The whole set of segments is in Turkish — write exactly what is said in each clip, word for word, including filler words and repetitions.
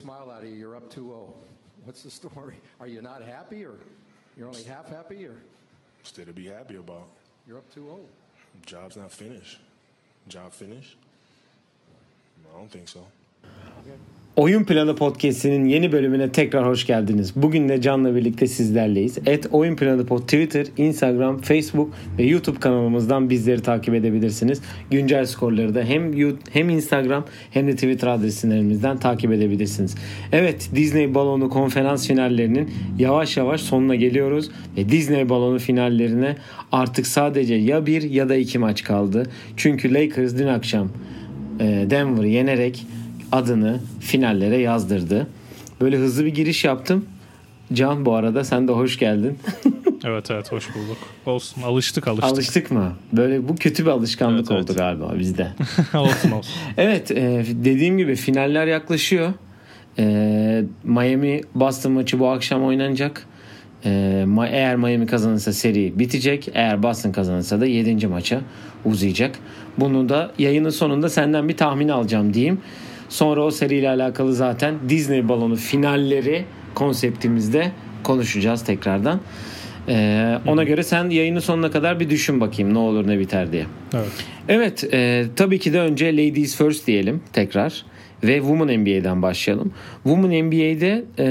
smile out of you. You're up two oh. What's the story? Are you not happy, or you're only half happy, or? Still to be happy about. You're up two oh. Job's not finished. Job finished? I don't think so. Okay. Oyun Planı Podcast'inin yeni bölümüne tekrar hoş geldiniz. Bugün de Can'la birlikte sizlerleyiz. Et Oyun Planı Pod Twitter, Instagram, Facebook ve YouTube kanalımızdan bizleri takip edebilirsiniz. Güncel skorları da hem hem Instagram hem de Twitter adreslerimizden takip edebilirsiniz. Evet, Disney Balonu konferans finallerinin yavaş yavaş sonuna geliyoruz ve Disney Balonu finallerine artık sadece ya bir ya da iki maç kaldı. Çünkü Lakers dün akşam Denver'ı yenerek adını finallere yazdırdı. Böyle hızlı bir giriş yaptım. Can, bu arada sen de hoş geldin. Evet evet hoş bulduk. Olsun, alıştık alıştık. Alıştık mı? Böyle bu kötü bir alışkanlık evet, oldu evet. galiba bizde. olsun olsun. Evet, e, dediğim gibi finaller yaklaşıyor. E, Miami Boston maçı bu akşam oynanacak. E, eğer Miami kazanırsa seri bitecek. Eğer Boston kazanırsa da yedinci maça uzayacak. Bunu da yayının sonunda senden bir tahmin alacağım diyeyim. Sonra o seriyle alakalı zaten Disney Balonu finalleri konseptimizde konuşacağız tekrardan. Ee, ona göre sen yayının sonuna kadar bir düşün bakayım ne olur ne biter diye. Evet. Evet, e, tabii ki de önce Ladies First diyelim tekrar ve Women N B A'den başlayalım. Women N B A'de e,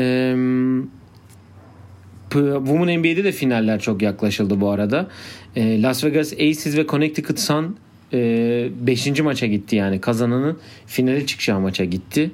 Women N B A'de de finaller çok yaklaşıldı bu arada. E, Las Vegas Aces ve Connecticut Sun beşinci maça gitti, yani kazananın finale çıkacağı maça gitti.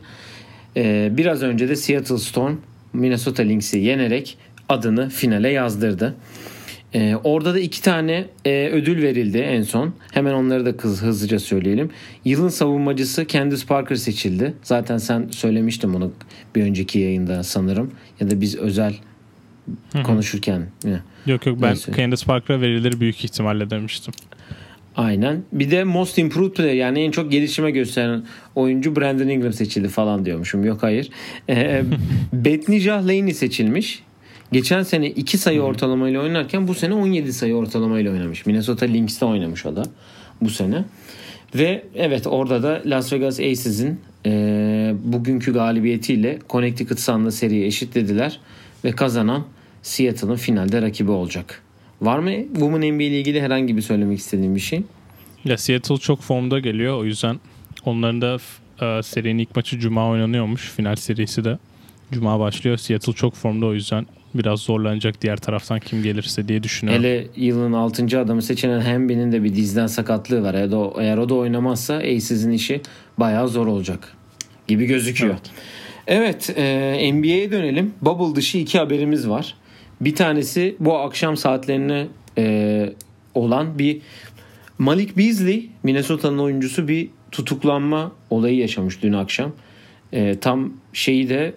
Biraz önce de Seattle Storm Minnesota Lynx'i yenerek adını finale yazdırdı. Orada da iki tane ödül verildi en son. Hemen onları da hızlıca söyleyelim. Yılın savunmacısı Candace Parker seçildi. Zaten sen söylemiştin bunu bir önceki yayında sanırım. Ya da biz özel Hı-hı. konuşurken. Yok yok ben Candace Parker'a verilir büyük ihtimalle demiştim. Aynen. Bir de Most Improved Player, yani en çok gelişime gösteren oyuncu Brandon Ingram seçildi falan diyormuşum. Yok hayır. Ee, Betnijah Laney seçilmiş. Geçen sene iki sayı ortalamayla oynarken bu sene on yedi sayı ortalamayla oynamış. Minnesota Lynx'te oynamış o da bu sene. Ve evet, orada da Las Vegas Aces'in e, bugünkü galibiyetiyle Connecticut Sun'la seriyi eşitlediler. Ve kazanan Seattle'ın finalde rakibi olacak. Var mı Women N B A ile ilgili herhangi bir söylemek istediğin bir şey? Ya Seattle çok formda geliyor. O yüzden onların da e, serinin ilk maçı Cuma oynanıyormuş. Final serisi de Cuma başlıyor. Seattle çok formda, o yüzden biraz zorlanacak diğer taraftan kim gelirse diye düşünüyorum. Hele yılın altıncı adamı seçilen Hemby'nin de bir dizden sakatlığı var. Eğer o, eğer o da oynamazsa Aces'in işi bayağı zor olacak gibi gözüküyor. Evet, evet e, N B A'ye dönelim. Bubble dışı iki haberimiz var. Bir tanesi bu akşam saatlerine e, olan bir Malik Beasley, Minnesota'nın oyuncusu, bir tutuklanma olayı yaşamış dün akşam. E, tam şeyi de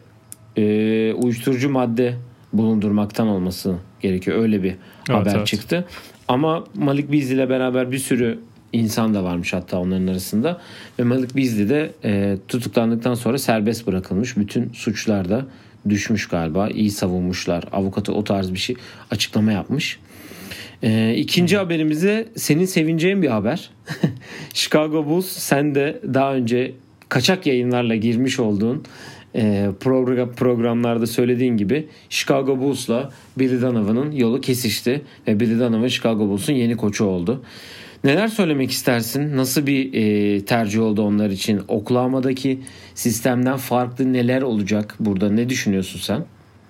e, uyuşturucu madde bulundurmaktan olması gerekiyor. Öyle bir evet, haber evet. çıktı. Ama Malik Beasley ile beraber bir sürü insan da varmış hatta onların arasında. Ve Malik Beasley de e, tutuklandıktan sonra serbest bırakılmış. Bütün suçlar da düşmüş galiba. İyi savunmuşlar. Avukatı o tarz bir şey açıklama yapmış. Ee, ikinci hmm. haberimize senin sevineceğin bir haber. Chicago Bulls, sen de daha önce kaçak yayınlarla girmiş olduğun e, program, programlarda söylediğin gibi Chicago Bulls'la Billy Donovan'ın yolu kesişti ve Billy Donovan Chicago Bulls'un yeni koçu oldu. Neler söylemek istersin? Nasıl bir e, tercih oldu onlar için? Oklahoma'daki sistemden farklı neler olacak burada? Ne düşünüyorsun sen?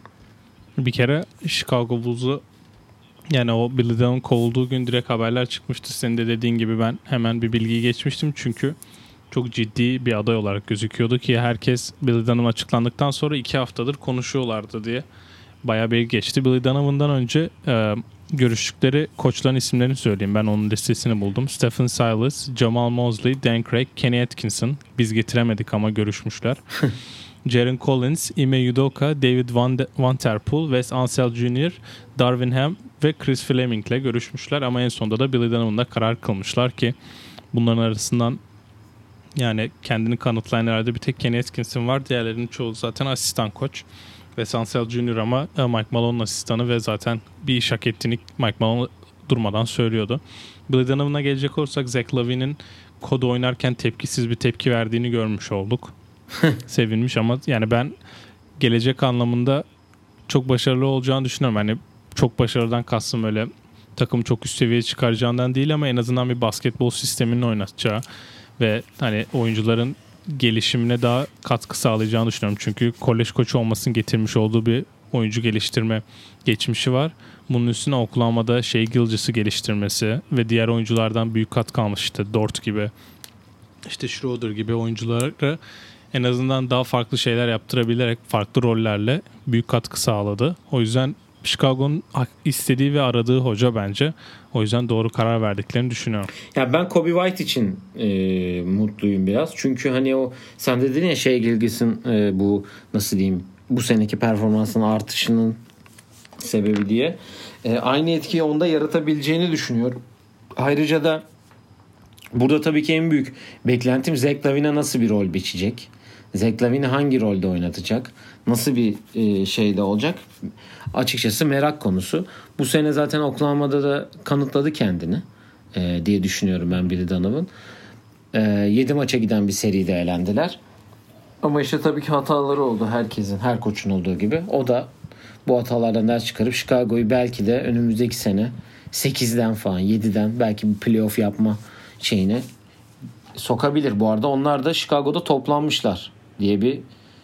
Bir kere Chicago Bulls'u, yani o Billy Donovan kovulduğu gün direkt haberler çıkmıştı. Senin de dediğin gibi ben hemen bir bilgiyi geçmiştim. Çünkü çok ciddi bir aday olarak gözüküyordu ki herkes Billy Donovan açıklandıktan sonra iki haftadır konuşuyorlardı diye. Bayağı bir geçti. Billy Donovan'dan önce e, görüştükleri koçların isimlerini söyleyeyim. Ben onun listesini buldum. Stephen Silas, Jamal Mosley, Dan Craig, Kenny Atkinson. Biz getiremedik ama görüşmüşler. Jaren Collins, Ime Udoka, David Van, De- Van Der Poel, Wes Unseld Junior, Darvin Ham ve Chris Fleming ile görüşmüşler. Ama en sonunda da Billy Donovan'da karar kılmışlar ki bunların arasından yani kendini kanıtlayan herhalde bir tek Kenny Atkinson var. Diğerlerinin çoğu zaten asistan koç. Wes Unseld Junior ama Mike Malone'un asistanı ve zaten bir iş hak ettiğini Mike Malone durmadan söylüyordu. Billy Donovan'a gelecek olursak Zach LaVine'in kodu oynarken tepkisiz bir tepki verdiğini görmüş olduk. sevinmiş ama yani ben gelecek anlamında çok başarılı olacağını düşünüyorum. Hani çok başarıdan kastım öyle takımı çok üst seviyeye çıkaracağından değil ama en azından bir basketbol sistemini oynatacağı ve hani oyuncuların gelişimine daha katkı sağlayacağını düşünüyorum. Çünkü kolej koçu olmasının getirmiş olduğu bir oyuncu geliştirme geçmişi var. Bunun üstüne Oklahoma'da Shai Gilgeous'u geliştirmesi ve diğer oyunculardan büyük katkı almış, işte Dort gibi, işte Schroeder gibi oyunculara en azından daha farklı şeyler yaptırabilerek farklı rollerle büyük katkı sağladı. O yüzden Chicago'nun istediği ve aradığı hoca bence. O yüzden doğru karar verdiklerini düşünüyorum. Ya ben Kobe White için e, mutluyum biraz. Çünkü hani o sen de dedin ya Shai Gilgeous'un e, bu nasıl diyeyim bu seneki performansının artışının sebebi diye. E, aynı etkiyi onda yaratabileceğini düşünüyorum. Ayrıca da burada tabii ki en büyük beklentim Zach LaVine'e nasıl bir rol biçecek? Zach LaVine'i hangi rolde oynatacak? Nasıl bir e, şeyde olacak? Açıkçası merak konusu. Bu sene zaten Oklahoma'da da kanıtladı kendini e, diye düşünüyorum ben Billy Donovan. E, yedi maça giden bir seride elendiler. Ama işte tabii ki hataları oldu herkesin, her koçun olduğu gibi. O da bu hatalardan ders çıkarıp Chicago'yu belki de önümüzdeki sene sekizden falan yediden belki bir playoff yapma şeyine sokabilir. Bu arada onlar da Chicago'da toplanmışlar diye bir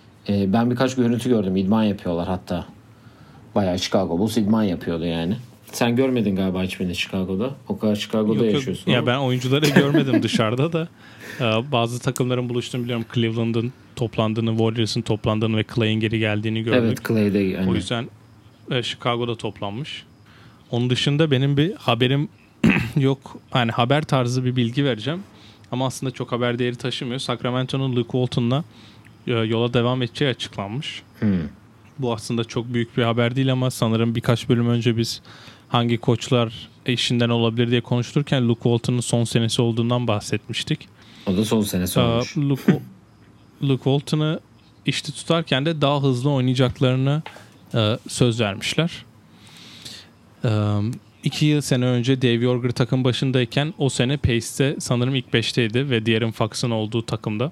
e, ben birkaç görüntü gördüm. İdman yapıyorlar hatta. Bayağı Chicago Bulls idman yapıyordu yani. Sen görmedin galiba hiçbirini Chicago'da. O kadar Chicago'da Yok, yok. yaşıyorsun. Ya ama. ben oyuncuları görmedim dışarıda da. Bazı takımların buluştuğunu biliyorum. Cleveland'ın toplandığını, Warriors'ın toplandığını ve Clay'in geri geldiğini gördük. Evet, Clay'de yani. O yüzden e, Chicago'da toplanmış. Onun dışında benim bir haberim yok. Yani haber tarzı bir bilgi vereceğim. Ama aslında çok haber değeri taşımıyor. Sacramento'nun Luke Walton'la e, yola devam edeceği açıklanmış. Hmm. Bu aslında çok büyük bir haber değil ama sanırım birkaç bölüm önce biz hangi koçlar işinden olabilir diye konuşturken Luke Walton'un son senesi olduğundan bahsetmiştik. O da son senesi olmuş. Ee, Luke, Luke Walton'ı işte tutarken de daha hızlı oynayacaklarını e, söz vermişler. E, iki yıl sene önce Dave Yorger takım başındayken o sene Pace'te sanırım ilk beşteydi ve De'Aaron Fox'ın olduğu takımda.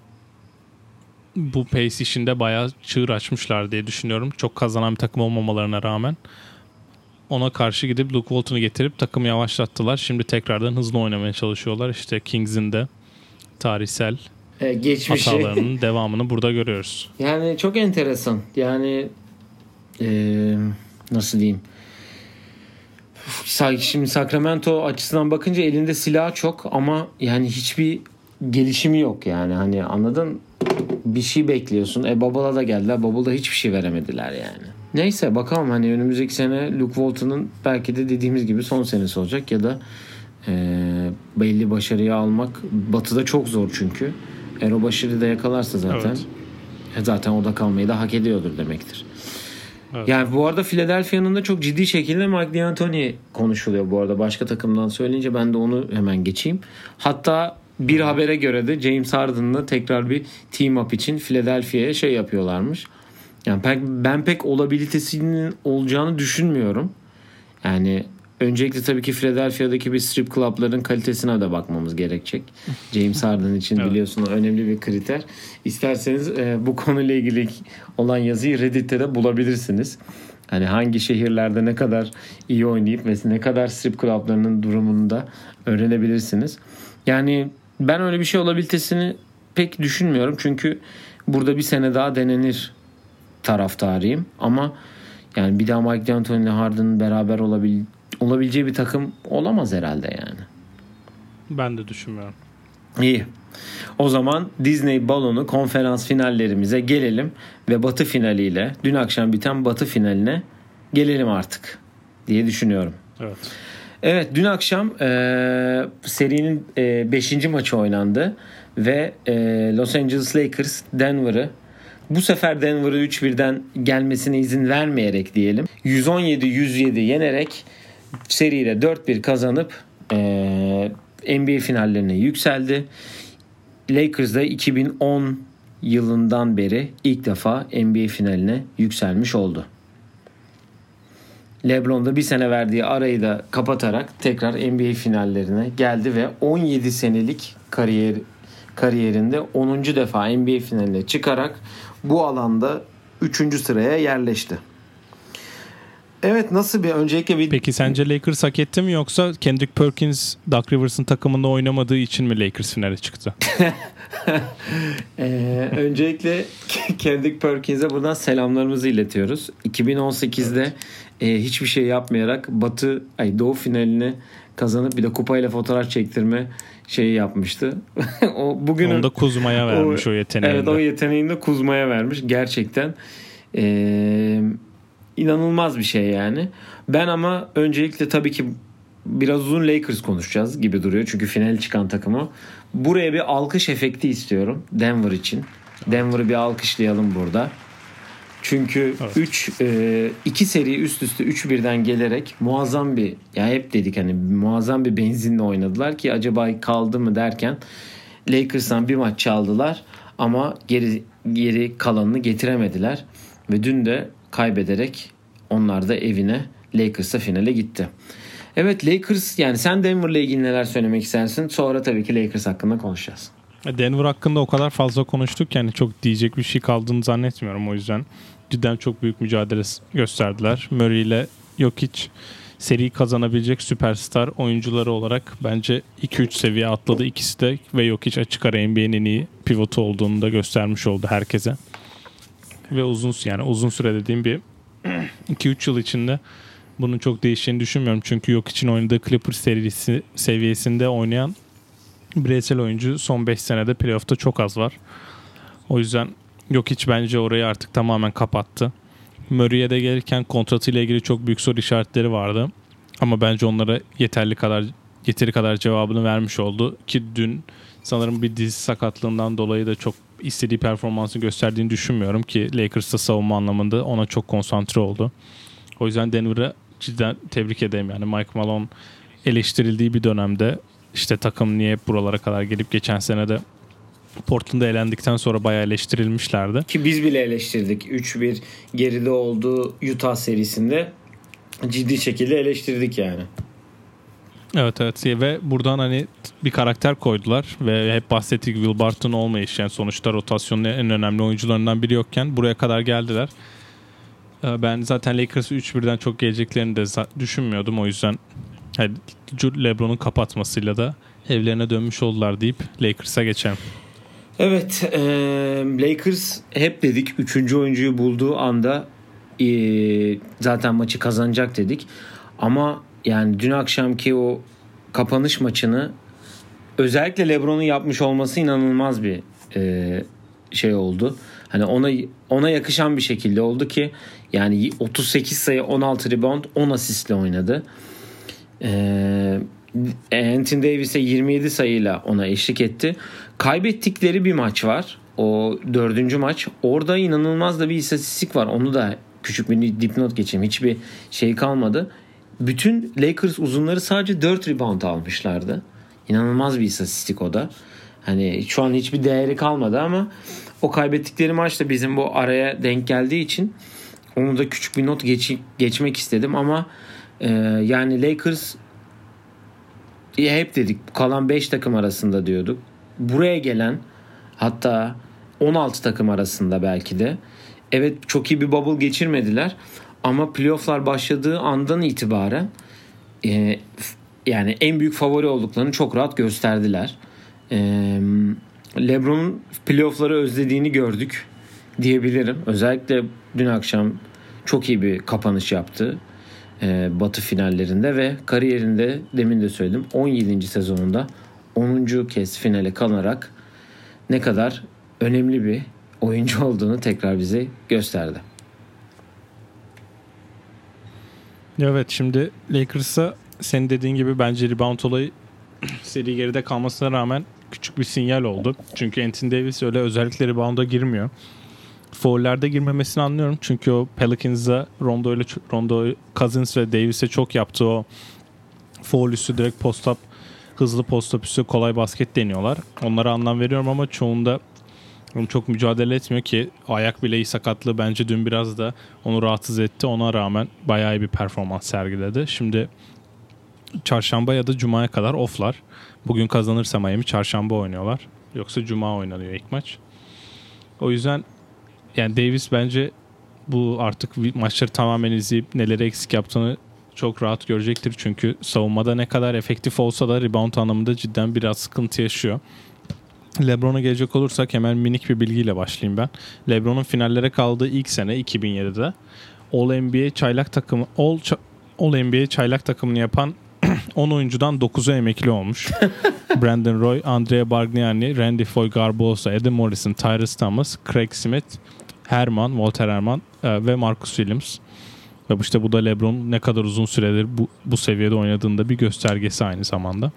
Bu Pace işinde bayağı çığır açmışlar diye düşünüyorum. Çok kazanan bir takım olmamalarına rağmen. Ona karşı gidip Luke Walton'u getirip takımı yavaşlattılar. Şimdi tekrardan hızlı oynamaya çalışıyorlar. İşte Kings'in de tarihsel e, geçmişi. hatalarının devamını burada görüyoruz. Yani çok enteresan. Yani e, nasıl diyeyim? Şimdi Sacramento açısından bakınca elinde silah çok ama yani hiçbir gelişimi yok yani. Hani anladın? Bir şey bekliyorsun. E Bubble'a da geldiler. Bubble'da hiçbir şey veremediler yani. Neyse bakalım hani önümüzdeki sene Luke Walton'un belki de dediğimiz gibi son senesi olacak ya da e, belli başarıyı almak Batı'da çok zor çünkü. Eğer o başarıyı da yakalarsa zaten Evet. e, zaten orada kalmayı da hak ediyordur demektir. Evet. Yani bu arada Philadelphia'nın da çok ciddi şekilde Mike D'Antoni konuşuluyor bu arada. Başka takımdan söyleyince ben de onu hemen geçeyim. Hatta bir habere göre de James Harden'la tekrar bir team up için Philadelphia'ya şey yapıyorlarmış. Yani pek, ben pek olabilitesinin olacağını düşünmüyorum. Yani öncelikle tabii ki Philadelphia'daki bir strip club'ların kalitesine de bakmamız gerekecek. James Harden için Evet. biliyorsun önemli bir kriter. İsterseniz e, bu konuyla ilgili olan yazıyı Reddit'te de bulabilirsiniz. Hani hangi şehirlerde ne kadar iyi oynayıp ve ne kadar strip club'larının durumunu da öğrenebilirsiniz. Yani ben öyle bir şey olabilitesini pek düşünmüyorum. Çünkü burada bir sene daha denenir taraftarıyım. Ama yani bir daha Mike D'Antoni ile Harden'ın beraber olabil, olabileceği bir takım olamaz herhalde yani. Ben de düşünmüyorum. İyi. O zaman Disney balonu konferans finallerimize gelelim ve Batı finaliyle dün akşam biten Batı finaline gelelim artık diye düşünüyorum. Evet. Evet dün akşam e, serinin beşinci maçı oynandı ve e, Los Angeles Lakers Denver'ı bu sefer Denver'ı üç birden gelmesine izin vermeyerek diyelim yüz on yedi yüz yedi yenerek seriyle dört bir kazanıp e, N B A finallerine yükseldi. Lakers da iki bin on yılından beri ilk defa N B A finaline yükselmiş oldu. LeBron da bir sene verdiği arayı da kapatarak tekrar N B A finallerine geldi ve on yedi senelik kariyer kariyerinde onuncu defa N B A finaline çıkarak bu alanda üçüncü sıraya yerleşti. Evet, nasıl bir öncelikle bir... Peki sence Lakers hak etti mi, yoksa Kendrick Perkins Doc Rivers'ın takımında oynamadığı için mi Lakers finale çıktı? ee, öncelikle Kendrick Perkins'e buradan selamlarımızı iletiyoruz. iki bin on sekizde evet. e, hiçbir şey yapmayarak Batı ay Doğu finalini kazanıp bir de kupayla fotoğraf çektirme şeyi yapmıştı. O bugün onu da Kuzma'ya vermiş o, o yeteneğini. Evet, o yeteneğini de Kuzma'ya vermiş. Gerçekten eee İnanılmaz bir şey yani. Ben ama öncelikle tabii ki biraz uzun Lakers konuşacağız gibi duruyor. Çünkü finale çıkan takımı. Buraya bir alkış efekti istiyorum Denver için. Denver'ı bir alkışlayalım burada. Çünkü üç iki seri üst üste üç birden gelerek muazzam bir, ya hep dedik hani muazzam bir benzinle oynadılar ki acaba kaldı mı derken Lakers'tan bir maç çaldılar ama geri geri kalanını getiremediler ve dün de kaybederek onlar da evine Lakers'a finale gitti. Evet, Lakers, yani sen Denver'la ilgili neler söylemek istersin? Sonra tabii ki Lakers hakkında konuşacağız. Denver hakkında o kadar fazla konuştuk yani çok diyecek bir şey kaldığını zannetmiyorum, o yüzden cidden çok büyük mücadele gösterdiler. Murray ile Jokic seri kazanabilecek süperstar oyuncuları olarak bence iki üç seviye atladı ikisi de ve Jokic açık ara N B A'nin en iyi pivotu olduğunu da göstermiş oldu herkese. Ve uzun yani uzun süre dediğim bir iki üç yıl içinde bunun çok değişeceğini düşünmüyorum. Çünkü Jokic'in oynadığı Clippers serisi seviyesinde oynayan bireysel oyuncu son beş senede playoff'ta çok az var. O yüzden Jokic bence orayı artık tamamen kapattı. Murray'e de gelirken kontratıyla ilgili çok büyük soru işaretleri vardı. Ama bence onlara yeterli kadar yeteri kadar cevabını vermiş oldu. Ki dün sanırım bir diz sakatlığından dolayı da çok istediği performansı gösterdiğini düşünmüyorum ki Lakers'ta savunma anlamında ona çok konsantre oldu. O yüzden Denver'ı cidden tebrik edeyim. Yani Mike Malone eleştirildiği bir dönemde işte takım niye hep buralara kadar gelip geçen sene de Portland'da elendikten sonra bayağı eleştirilmişlerdi. Ki biz bile eleştirdik. üç bir geride olduğu Utah serisinde ciddi şekilde eleştirdik yani. Evet evet ve buradan hani bir karakter koydular ve hep bahsettik Will Barton olmayış, yani sonuçta rotasyonun en önemli oyuncularından biri yokken buraya kadar geldiler. Ben zaten Lakers'ı üç birden çok geleceklerini de düşünmüyordum, o yüzden yani LeBron'un kapatmasıyla da evlerine dönmüş oldular deyip Lakers'a geçelim. Evet, e, Lakers hep dedik üçüncü oyuncuyu bulduğu anda e, zaten maçı kazanacak dedik. Ama yani dün akşamki o kapanış maçını özellikle LeBron'un yapmış olması inanılmaz bir e, şey oldu. Hani ona ona yakışan bir şekilde oldu ki yani otuz sekiz sayı, on altı rebound, on asistle oynadı. Eee Anthony Davis'e yirmi yedi sayıyla ona eşlik etti. Kaybettikleri bir maç var. O dördüncü maç. Orada inanılmaz da bir istatistik var. Onu da küçük bir dipnot geçeyim. Hiçbir şey kalmadı. Bütün Lakers uzunları sadece dört rebound almışlardı. İnanılmaz bir istatistik o da. Hani şu an hiçbir değeri kalmadı ama o kaybettikleri maç da bizim bu araya denk geldiği için onu da küçük bir not geç, geçmek istedim ama e, yani Lakers hep dedik kalan beş takım arasında diyorduk. Buraya gelen hatta on altı takım arasında belki de. Evet, çok iyi bir bubble geçirmediler ama playofflar başladığı andan itibaren e, yani en büyük favori olduklarını çok rahat gösterdiler. E, LeBron'un playoffları özlediğini gördük diyebilirim. Özellikle dün akşam çok iyi bir kapanış yaptı Batı finallerinde ve kariyerinde demin de söyledim on yedinci sezonunda onuncu kez finale kalarak ne kadar önemli bir oyuncu olduğunu tekrar bize gösterdi. Evet, şimdi Lakers'a senin dediğin gibi bence rebound olayı seri geride kalmasına rağmen küçük bir sinyal oldu. Çünkü Anthony Davis öyle özellikle rebound'a girmiyor. Foullerde girmemesini anlıyorum. Çünkü o Pelicans'a Rondo ile Rondo, Cousins ve Davis'e çok yaptığı o foul üstü direkt post up, hızlı post up üstü kolay basket deniyorlar. Onlara anlam veriyorum ama çoğunda çok mücadele etmiyor ki ayak bileği sakatlığı bence dün biraz da onu rahatsız etti. Ona rağmen bayağı iyi bir performans sergiledi. Şimdi çarşamba ya da cumaya kadar off'lar. Bugün kazanırsa Miami çarşamba oynuyorlar. Yoksa Cuma oynanıyor ilk maç. O yüzden yani Davis bence bu artık maçları tamamen izleyip neleri eksik yaptığını çok rahat görecektir. Çünkü savunmada ne kadar efektif olsa da rebound anlamında cidden biraz sıkıntı yaşıyor. LeBron'a gelecek olursak hemen minik bir bilgiyle başlayayım ben. LeBron'un finallere kaldığı ilk sene iki bin yedide All-N B A çaylak takımı All, All-N B A çaylak takımını yapan on oyuncudan dokuzu emekli olmuş. Brandon Roy, Andrea Bargnani, Randy Foy Garbosa, Adam Morrison, Tyrese Thomas, Craig Smith, Herman, Walter Herman e, ve Marcus Williams. Ve işte bu da LeBron ne kadar uzun süredir bu, bu seviyede oynadığında bir göstergesi aynı zamanda.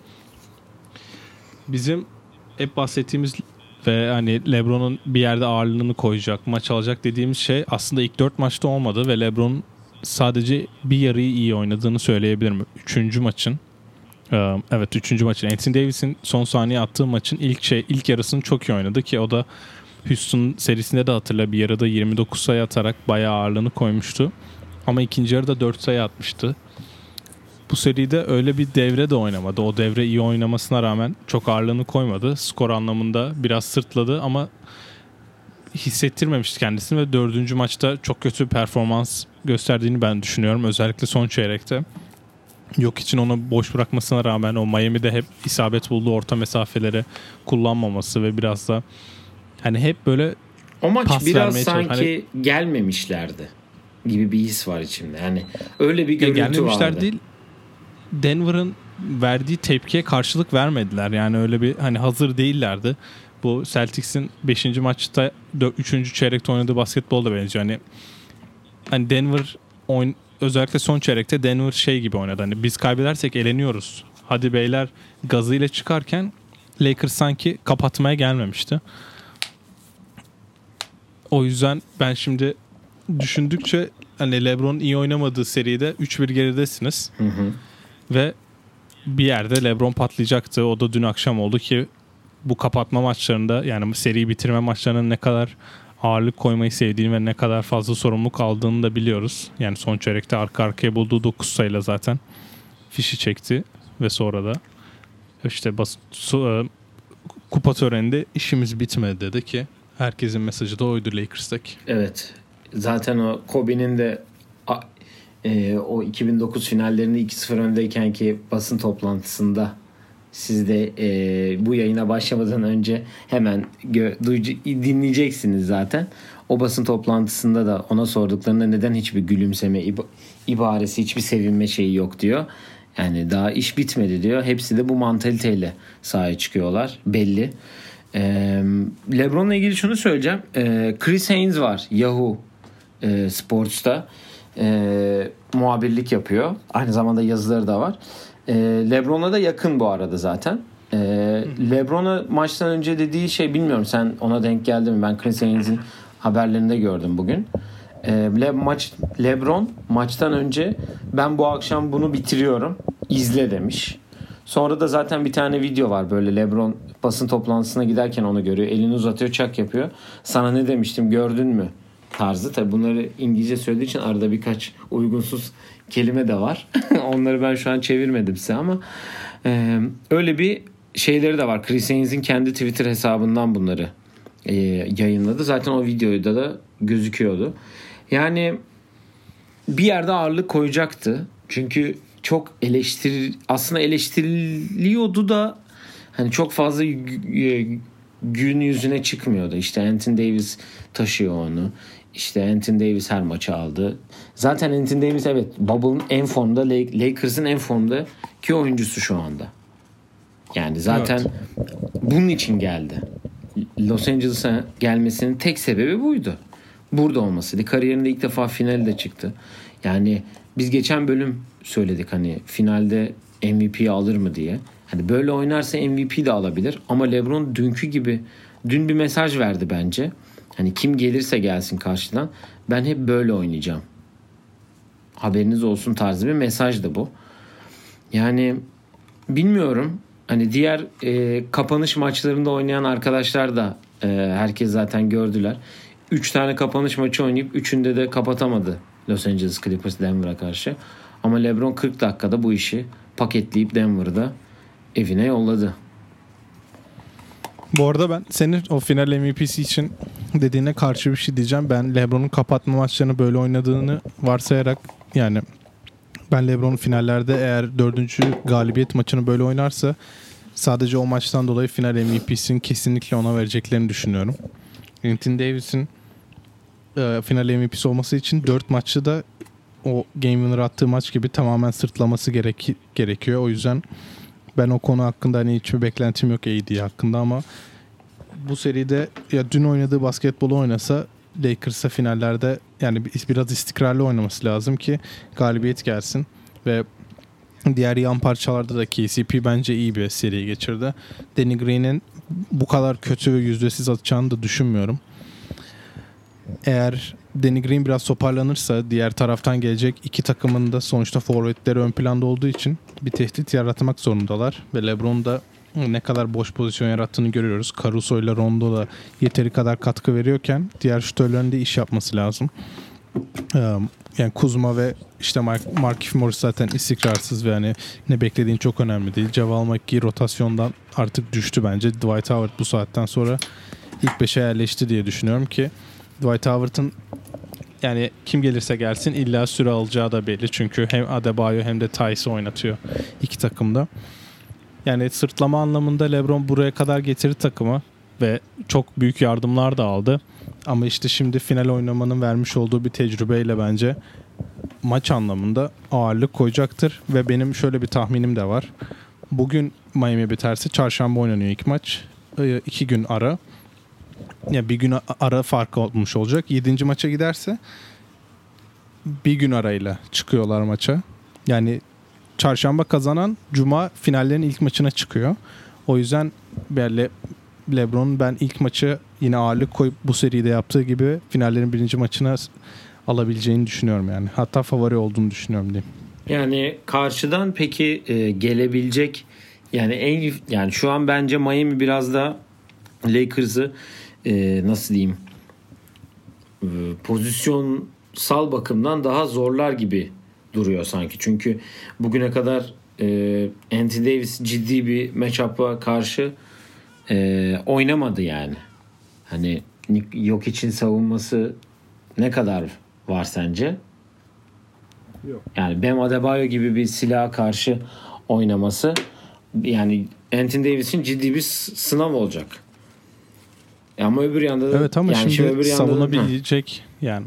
Bizim hep bahsettiğimiz ve hani LeBron'un bir yerde ağırlığını koyacak, maç alacak dediğimiz şey aslında ilk dört maçta olmadı ve LeBron sadece bir yarıyı iyi oynadığını söyleyebilirim. Üçüncü maçın evet üçüncü maçın Anthony Davis'in son saniye attığı maçın ilk şey ilk yarısını çok iyi oynadı ki o da Houston serisinde de hatırla bir yarıda yirmi dokuz sayı atarak bayağı ağırlığını koymuştu. Ama ikinci yarıda dört sayı atmıştı. Bu seride öyle bir devre de oynamadı. O devre iyi oynamasına rağmen çok ağırlığını koymadı. Skor anlamında biraz sırtladı ama hissettirmemişti kendisini ve dördüncü maçta çok kötü bir performans gösterdiğini ben düşünüyorum. Özellikle son çeyrekte. Yok için onu boş bırakmasına rağmen o Miami'de hep isabet bulduğu orta mesafeleri kullanmaması ve biraz da hani hep böyle o maç pas biraz vermeye sanki çalışıyor. Hani, gelmemişlerdi gibi bir his var içimde. Yani öyle bir görüntü vardı. Gelmemişler değil. Denver'ın verdiği tepkiye karşılık vermediler. Yani öyle bir hani hazır değillerdi. Bu Celtics'in beşinci maçta üçüncü çeyrekte oynadığı basketbol da benziyor. Hani hani Denver oyun, özellikle son çeyrekte Denver şey gibi oynadı. Hani biz kaybedersek eleniyoruz. Hadi beyler gazıyla çıkarken Lakers sanki kapatmaya gelmemişti. O yüzden ben şimdi düşündükçe hani LeBron'un iyi oynamadığı seride üç bir geridesiniz. Hı hı. Ve bir yerde LeBron patlayacaktı. O da dün akşam oldu ki bu kapatma maçlarında yani seriyi bitirme maçlarının ne kadar ağırlık koymayı sevdiğini ve ne kadar fazla sorumluluk aldığını da biliyoruz. Yani son çeyrekte arka arkaya bulduğu dokuz sayıyla zaten fişi çekti ve sonra da işte bas, su, kupa töreninde işimiz bitmedi dedi ki herkesin mesajı da oydu Lakers'taki. Evet. Zaten o Kobe'nin de e, o iki bin dokuz finallerinde iki sıfır öndeyken ki basın toplantısında siz de e, bu yayına başlamadan önce hemen gö- duyca- dinleyeceksiniz zaten. O basın toplantısında da ona sorduklarında neden hiçbir gülümseme ib- ibaresi, hiçbir sevinme şeyi yok diyor. Yani daha iş bitmedi diyor. Hepsi de bu mantaliteyle sahaya çıkıyorlar. Belli. E, LeBron'la ilgili şunu söyleyeceğim. E, Chris Haynes var. Yahoo e, Sports'ta e, muhabirlik yapıyor. Aynı zamanda yazıları da var. E, LeBron'a da yakın bu arada zaten. E, LeBron'a maçtan önce dediği şey bilmiyorum sen ona denk geldin mi? Ben Chris Haynes'in haberlerinde gördüm bugün. E, Le, maç, LeBron maçtan önce ben bu akşam bunu bitiriyorum. İzle demiş. Sonra da zaten bir tane video var böyle LeBron basın toplantısına giderken onu görüyor. Elini uzatıyor, çak yapıyor. Sana ne demiştim gördün mü? Tarzı. Tabii bunları İngilizce söylediği için arada birkaç uygunsuz kelime de var. Onları ben şu an çevirmedim size ama e, öyle bir şeyleri de var. Chris Haynes'in kendi Twitter hesabından bunları e, yayınladı. Zaten o videoda da gözüküyordu. Yani bir yerde ağırlık koyacaktı. Çünkü çok eleştir aslında eleştiriliyordu da hani çok fazla gün yüzüne çıkmıyordu. İşte Anthony Davis taşıyor onu. İşte Anthony Davis her maçı aldı. Zaten Anthony Davis evet Bubble'ın en formda, Lakers'ın en formdaki oyuncusu şu anda. Yani zaten evet. Bunun için geldi. Los Angeles'a gelmesinin tek sebebi buydu. Burada olmasıydı. Kariyerinde ilk defa finalde çıktı. Yani biz geçen bölüm söyledik hani finalde M V P'yi alır mı diye. Hani böyle oynarsa M V P de alabilir ama LeBron dünkü gibi dün bir mesaj verdi bence. Hani kim gelirse gelsin karşıdan ben hep böyle oynayacağım. Haberiniz olsun tarzı bir mesajdı bu. Yani bilmiyorum. Hani diğer e, kapanış maçlarında oynayan arkadaşlar da e, herkes zaten gördüler. üç tane kapanış maçı oynayıp üçünde de kapatamadı Los Angeles Clippers Denver'a karşı. Ama LeBron kırk dakikada bu işi paketleyip Denver'da evine yolladı. Bu arada ben senin o final M V P'si için dediğine karşı bir şey diyeceğim. Ben LeBron'un kapatma maçlarını böyle oynadığını varsayarak, yani ben LeBron'un finallerde eğer dördüncü galibiyet maçını böyle oynarsa sadece o maçtan dolayı final M V P'sini kesinlikle ona vereceklerini düşünüyorum. Anthony Davis'in e, final M V P'si olması için dört maçı da o game winner attığı maç gibi tamamen sırtlaması gerek, gerekiyor. O yüzden ben o konu hakkında hani hiçbir beklentim yok A D hakkında, ama bu seride ya dün oynadığı basketbolu oynasa Lakers'a finallerde yani biraz istikrarlı oynaması lazım ki galibiyet gelsin. Ve diğer yan parçalarda da K C P bence iyi bir seri geçirdi. Danny Green'in bu kadar kötü ve yüzdesiz atacağını da düşünmüyorum. Eğer Danny Green biraz toparlanırsa diğer taraftan gelecek iki takımın da sonuçta forvetleri ön planda olduğu için bir tehdit yaratmak zorundalar. Ve LeBron da ne kadar boş pozisyon yarattığını görüyoruz. Caruso ile Rondo da yeteri kadar katkı veriyorken diğer şütörlerin de iş yapması lazım. Yani Kuzma ve işte Markieff Morris zaten istikrarsız ve hani ne beklediğin çok önemli değil. Javal McGee rotasyondan artık düştü bence. Dwight Howard bu saatten sonra ilk beşe yerleşti diye düşünüyorum ki Dwight Howard'ın yani kim gelirse gelsin illa süre alacağı da belli. Çünkü hem Adebayo hem de Tice'ı oynatıyor iki takımda. Yani sırtlama anlamında LeBron buraya kadar getirdi takımı ve çok büyük yardımlar da aldı. Ama işte şimdi final oynamanın vermiş olduğu bir tecrübeyle bence maç anlamında ağırlık koyacaktır. Ve benim şöyle bir tahminim de var. Bugün Miami biterse çarşamba oynanıyor ilk maç. İki gün ara. Yani bir gün ara farkı olmuş olacak. Yedinci maça giderse bir gün arayla çıkıyorlar maça. Yani çarşamba kazanan cuma finallerin ilk maçına çıkıyor. O yüzden böyle LeBron ben ilk maçı yine ağırlık koyup bu seride yaptığı gibi finallerin birinci maçına alabileceğini düşünüyorum yani. Hatta favori olduğunu düşünüyorum diyeyim. Yani karşıdan peki e, gelebilecek yani en yani şu an bence Miami biraz da Lakers'ı e, nasıl diyeyim e, pozisyonsal bakımdan daha zorlar gibi duruyor sanki. Çünkü bugüne kadar e, Anthony Davis ciddi bir matchup'a karşı e, oynamadı yani. Hani yok için savunması ne kadar var sence? Yok. Yani Bam Adebayo gibi bir silaha karşı oynaması yani Anthony Davis'in ciddi bir sınav olacak. Ama öbür yanda da evet ama yani şimdi öbür savunabilecek da, yani.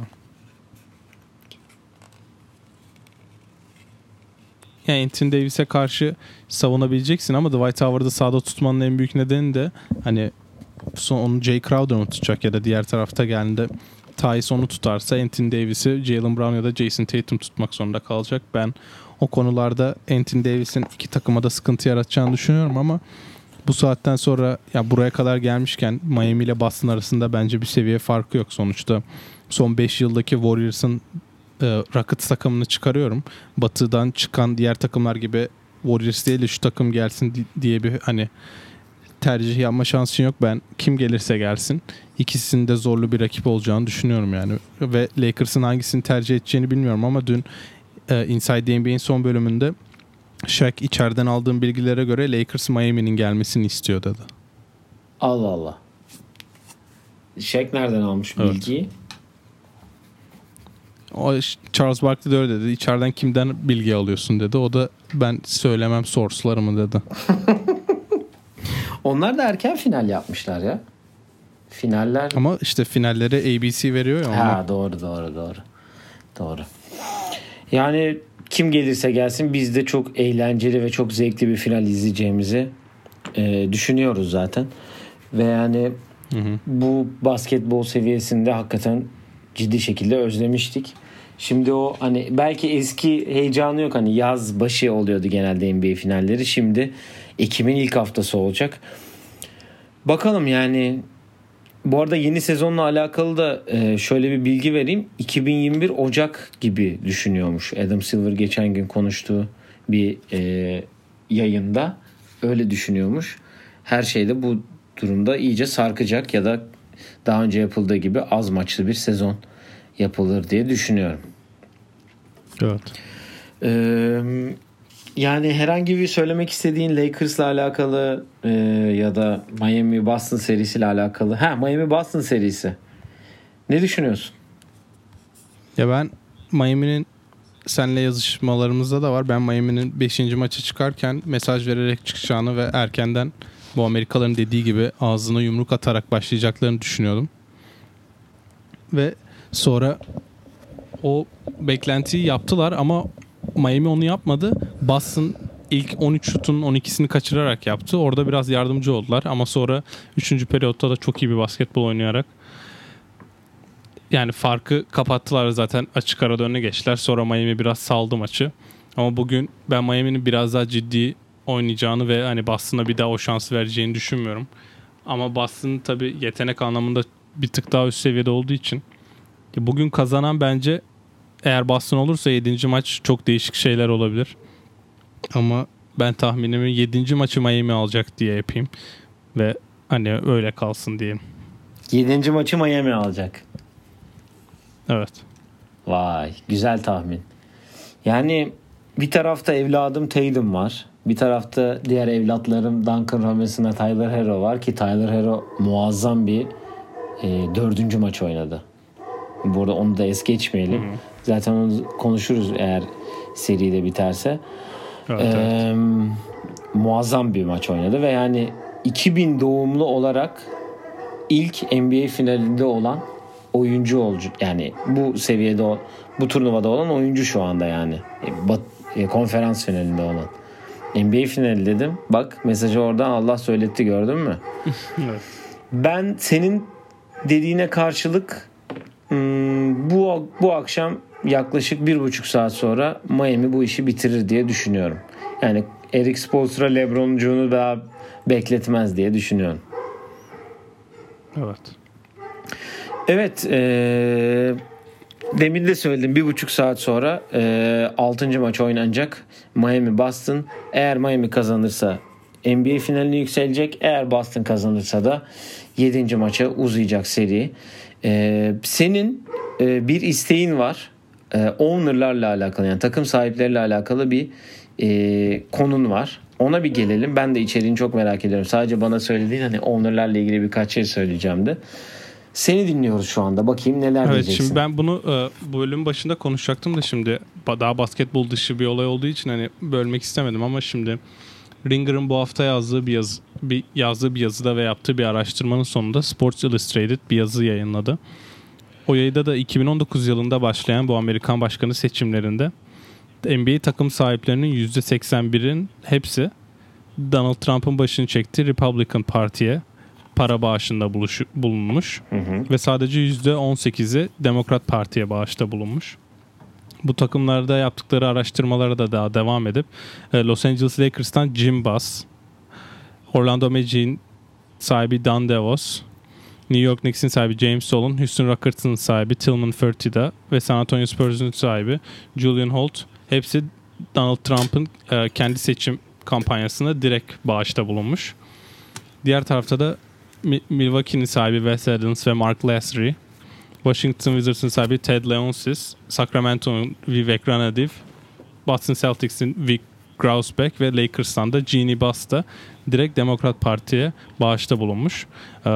Yani Anthony Davis'e karşı savunabileceksin ama Dwight Howard'ı sahada tutmanın en büyük nedeni de hani son onu Jay Crowder mı tutacak ya da diğer tarafta geldiğinde Tyson onu tutarsa Anthony Davis'i Jaylen Brown ya da Jason Tatum tutmak zorunda kalacak. Ben o konularda Anthony Davis'in iki takıma da sıkıntı yaratacağını düşünüyorum ama bu saatten sonra ya buraya kadar gelmişken Miami ile Boston arasında bence bir seviye farkı yok sonuçta. Son beş yıldaki Warriors'ın e, Rockets takımını çıkarıyorum. Batı'dan çıkan diğer takımlar gibi Warriors değil de şu takım gelsin diye bir hani tercih yapma şansın yok. Ben kim gelirse gelsin ikisinin de zorlu bir rakip olacağını düşünüyorum yani. Ve Lakers'ın hangisini tercih edeceğini bilmiyorum ama dün e, Inside N B A'in son bölümünde Shaq içeriden aldığım bilgilere göre Lakers Miami'nin gelmesini istiyor dedi. Allah Allah. Shaq nereden almış evet. bilgiyi? O Charles Barkley de öyle dedi. İçeriden kimden bilgi alıyorsun dedi. O da ben söylemem source'larımı dedi. Onlar da erken final yapmışlar ya. Finaller. Ama işte finallere A B C veriyor ya. Ha ona. doğru doğru doğru. Doğru. Yani kim gelirse gelsin biz de çok eğlenceli ve çok zevkli bir final izleyeceğimizi e, düşünüyoruz zaten. Ve yani hı hı. bu basketbol seviyesinde hakikaten ciddi şekilde özlemiştik. Şimdi o hani belki eski heyecanı yok, hani yaz başı oluyordu genelde N B A finalleri. Şimdi Ekim'in ilk haftası olacak. Bakalım yani. Bu arada yeni sezonla alakalı da şöyle bir bilgi vereyim. iki bin yirmi bir Ocak gibi düşünüyormuş. Adam Silver geçen gün konuştuğu bir e, yayında öyle düşünüyormuş. Her şey de bu durumda iyice sarkacak ya da daha önce yapıldığı gibi az maçlı bir sezon yapılır diye düşünüyorum. Evet. Ee, Yani herhangi bir söylemek istediğin Lakers'la alakalı e, ya da Miami Boston serisiyle alakalı. Ha, Miami Boston serisi. Ne düşünüyorsun? Ya ben Miami'nin senle yazışmalarımızda da var. Ben Miami'nin beşinci maça çıkarken mesaj vererek çıkacağını ve erkenden bu Amerikalıların dediği gibi ağzına yumruk atarak başlayacaklarını düşünüyordum. Ve sonra o beklentiyi yaptılar ama Miami onu yapmadı. Boston ilk on üç şutun on ikisini kaçırarak yaptı. Orada biraz yardımcı oldular ama sonra üçüncü periyotta da çok iyi bir basketbol oynayarak yani farkı kapattılar zaten, açık arada önüne geçtiler. Sonra Miami biraz saldı maçı. Ama bugün ben Miami'nin biraz daha ciddi oynayacağını ve hani Boston'a bir daha o şansı vereceğini düşünmüyorum. Ama Boston tabii yetenek anlamında bir tık daha üst seviyede olduğu için bugün kazanan bence eğer Boston olursa yedinci maç çok değişik şeyler olabilir. Ama ben tahminimi yedinci maçı Miami alacak diye yapayım. Ve hani öyle kalsın diyeyim. yedinci maçı Miami alacak. Evet. Vay, güzel tahmin. Yani bir tarafta evladım Tatum var. Bir tarafta diğer evlatlarım Duncan Robinson ve Tyler Hero var ki Tyler Hero muazzam bir e, dördüncü maç oynadı. Burada onu da es geçmeyelim. Hı hı. Zaten onu konuşuruz eğer seride biterse. Evet, ee, evet. Muazzam bir maç oynadı ve yani iki bin doğumlu olarak ilk N B A finalinde olan oyuncu olcu, yani bu seviyede, bu turnuvada olan oyuncu şu anda yani. Bat, konferans finalinde olan. N B A finali dedim. Bak mesajı oradan Allah söyletti, gördün mü? Evet. Ben senin dediğine karşılık bu bu akşam yaklaşık bir buçuk saat sonra Miami bu işi bitirir diye düşünüyorum. Yani Eric Spoelstra LeBron'cuğunu daha bekletmez diye düşünüyorum. Evet. Evet. Ee, demin de söyledim. Bir buçuk saat sonra e, altıncı maç oynanacak. Miami Boston. Eğer Miami kazanırsa N B A finaline yükselecek. Eğer Boston kazanırsa da yedinci maça uzayacak seri. Ee, senin e, bir isteğin var. E, owner'larla alakalı, yani takım sahipleriyle alakalı bir e, konun var. Ona bir gelelim. Ben de içeriğini çok merak ediyorum. Sadece bana söylediğin hani owner'larla ilgili birkaç şey söyleyeceğim de. Seni dinliyoruz şu anda. Bakayım neler evet, diyeceksin. Şimdi ben bunu e, bu bölümün başında konuşacaktım da şimdi daha basketbol dışı bir olay olduğu için hani bölmek istemedim ama şimdi Ringer'ın bu hafta yazdığı bir yazı, bir yazdığı bir yazıda ve yaptığı bir araştırmanın sonunda Sports Illustrated bir yazı yayınladı. O yayında da iki bin on dokuz yılında başlayan bu Amerikan başkanı seçimlerinde N B A takım sahiplerinin yüzde seksen birin hepsi Donald Trump'ın başını çektiği Republican Parti'ye para bağışında buluş, bulunmuş. Hı hı. Ve sadece yüzde on sekizi Demokrat Parti'ye bağışta bulunmuş. Bu takımlarda yaptıkları araştırmalara da daha devam edip Los Angeles Lakers'tan Jim Buss, Orlando Magic'in sahibi Don Devos, New York Knicks'in sahibi James Dolan, Houston Rockets'ın sahibi Tillman Fertitta ve San Antonio Spurs'un sahibi Julian Holt hepsi Donald Trump'ın kendi seçim kampanyasına direkt bağışta bulunmuş. Diğer tarafta da Milwaukee'nin sahibi Wes Adams ve Mark Lasry, Washington Wizards'ın sahibi Ted Leonsis, Sacramento'nun Vivek Ranadive, Boston Celtics'in Vic Grousbeck ve Lakers'tan da Jeannie Buss da direkt Demokrat Parti'ye bağışta bulunmuş.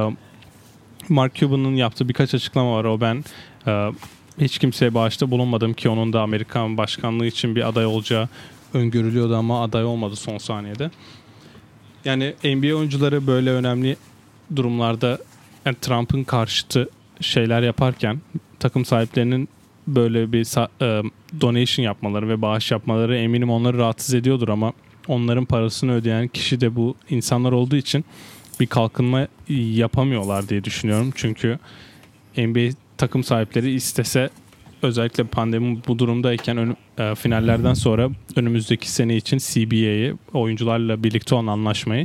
Mark Cuban'ın yaptığı birkaç açıklama var. O ben hiç kimseye bağışta bulunmadım ki onun da Amerikan başkanlığı için bir aday olacağı öngörülüyordu ama aday olmadı son saniyede. Yani N B A oyuncuları böyle önemli durumlarda yani Trump'ın karşıtı şeyler yaparken takım sahiplerinin böyle bir e, donation yapmaları ve bağış yapmaları eminim onları rahatsız ediyordur ama onların parasını ödeyen kişi de bu insanlar olduğu için bir kalkınma yapamıyorlar diye düşünüyorum. Çünkü N B A takım sahipleri istese özellikle pandemi bu durumdayken ön, e, finallerden sonra önümüzdeki sene için C B A'yı oyuncularla birlikte olan anlaşmayı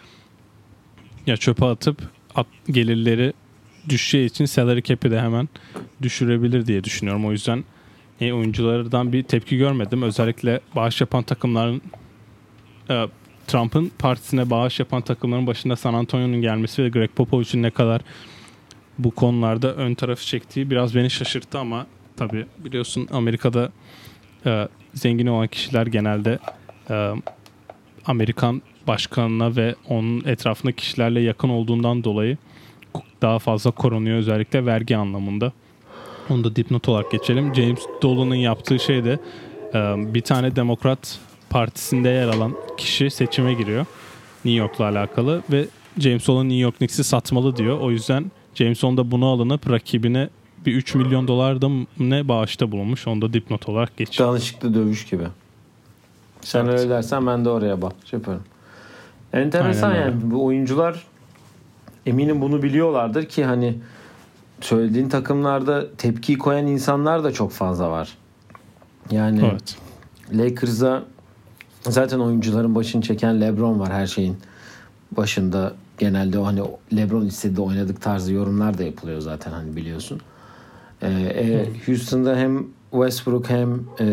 ya çöpe atıp at, gelirleri düşeceği için salary cap'i de hemen düşürebilir diye düşünüyorum. O yüzden e, oyunculardan bir tepki görmedim. Özellikle bağış yapan takımların e, Trump'ın partisine bağış yapan takımların başında San Antonio'nun gelmesi ve Greg Popovich'in ne kadar bu konularda ön tarafı çektiği biraz beni şaşırttı ama tabii biliyorsun Amerika'da e, zengin olan kişiler genelde e, Amerikan başkanına ve onun etrafındaki kişilerle yakın olduğundan dolayı daha fazla korunuyor, özellikle vergi anlamında. Onu da dipnot olarak geçelim. James Dolan'ın yaptığı şey de e, bir tane Demokrat Partisi'nde yer alan kişi seçime giriyor. New York'la alakalı ve James Dolan New York Knicks'i satmalı diyor. O yüzden James Dolan da bunu alınıp rakibine bir üç milyon dolar da ne bağışta bulunmuş. Onu da dipnot olarak geçiyor. Danışıklı dövüş gibi. Sen Evet. öyle dersen ben de oraya bak. Şey yaparım. Enteresan Aynen yani. Bu oyuncular eminim bunu biliyorlardır ki hani söylediğin takımlarda tepkiyi koyan insanlar da çok fazla var. Yani Evet. Lakers'a zaten oyuncuların başını çeken LeBron var her şeyin başında. Genelde o hani LeBron istediği oynadık tarzı yorumlar da yapılıyor zaten hani biliyorsun. Ee, e, Houston'da hem Westbrook hem e,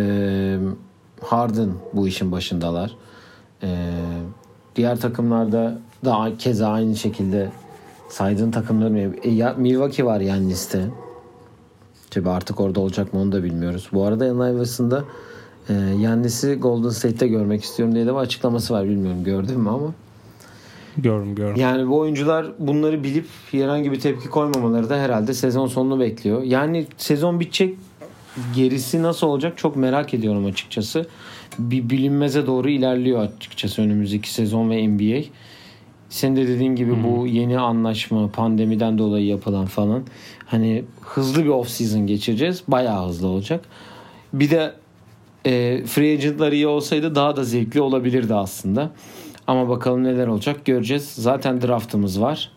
Harden bu işin başındalar. Ee, diğer takımlarda da keza aynı şekilde saydığın takımların e, ya, Milwaukee var yani liste. Tabii artık orada olacak mı onu da bilmiyoruz. Bu arada Allen Iverson'da e, Yannis'i Golden State'te görmek istiyorum diye de bir açıklaması var. Bilmiyorum gördün mü ama. Gördüm gördüm. Yani bu oyuncular bunları bilip herhangi bir tepki koymamaları da herhalde sezon sonunu bekliyor. Yani sezon bitecek, gerisi nasıl olacak çok merak ediyorum açıkçası. Bir bilinmeze doğru ilerliyor açıkçası önümüzdeki sezon ve N B A. Senin de dediğin gibi hmm. bu yeni anlaşma pandemiden dolayı yapılan falan hani hızlı bir off season geçireceğiz. Bayağı hızlı olacak. Bir de e, free agentlar iyi olsaydı daha da zevkli olabilirdi aslında. Ama bakalım neler olacak göreceğiz. Zaten draftımız var.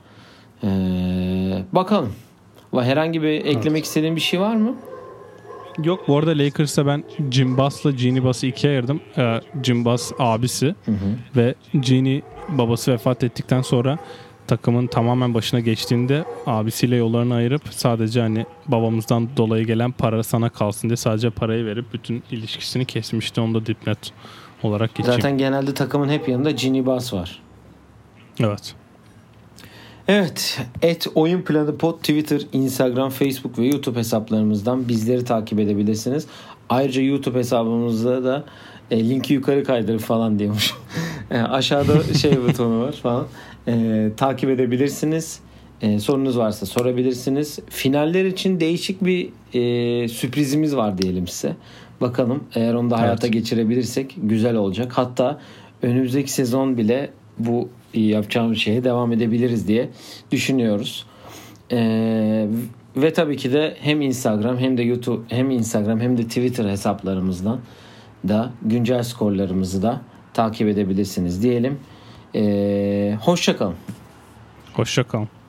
Ee, bakalım. Herhangi bir eklemek evet. istediğin bir şey var mı? Yok, bu arada Lakers'a ben Jim Bass'la Jeanie Bass'ı ikiye ayırdım. Ee, Jim Bass abisi hı hı. ve Jeanie babası vefat ettikten sonra takımın tamamen başına geçtiğinde abisiyle yollarını ayırıp sadece hani babamızdan dolayı gelen para sana kalsın diye sadece parayı verip bütün ilişkisini kesmişti. Onu da dipnot olarak geçeyim. Zaten genelde takımın hep yanında Jeanie Bass var. Evet. Evet. Et Oyun Planı Pod Twitter, Instagram, Facebook ve YouTube hesaplarımızdan bizleri takip edebilirsiniz. Ayrıca YouTube hesabımızda da e, linki yukarı kaydırıp falan diyormuş. e, aşağıda şey butonu var falan. E, takip edebilirsiniz. E, sorunuz varsa sorabilirsiniz. Finaller için değişik bir e, sürprizimiz var diyelim size. Bakalım eğer onu da hayata evet. geçirebilirsek güzel olacak. Hatta önümüzdeki sezon bile bu yapacağımız şeye devam edebiliriz diye düşünüyoruz. Ee, ve tabii ki de hem Instagram hem de YouTube hem Instagram hem de Twitter hesaplarımızdan da güncel skorlarımızı da takip edebilirsiniz diyelim. Ee, hoşça kalın. Hoşça kalın.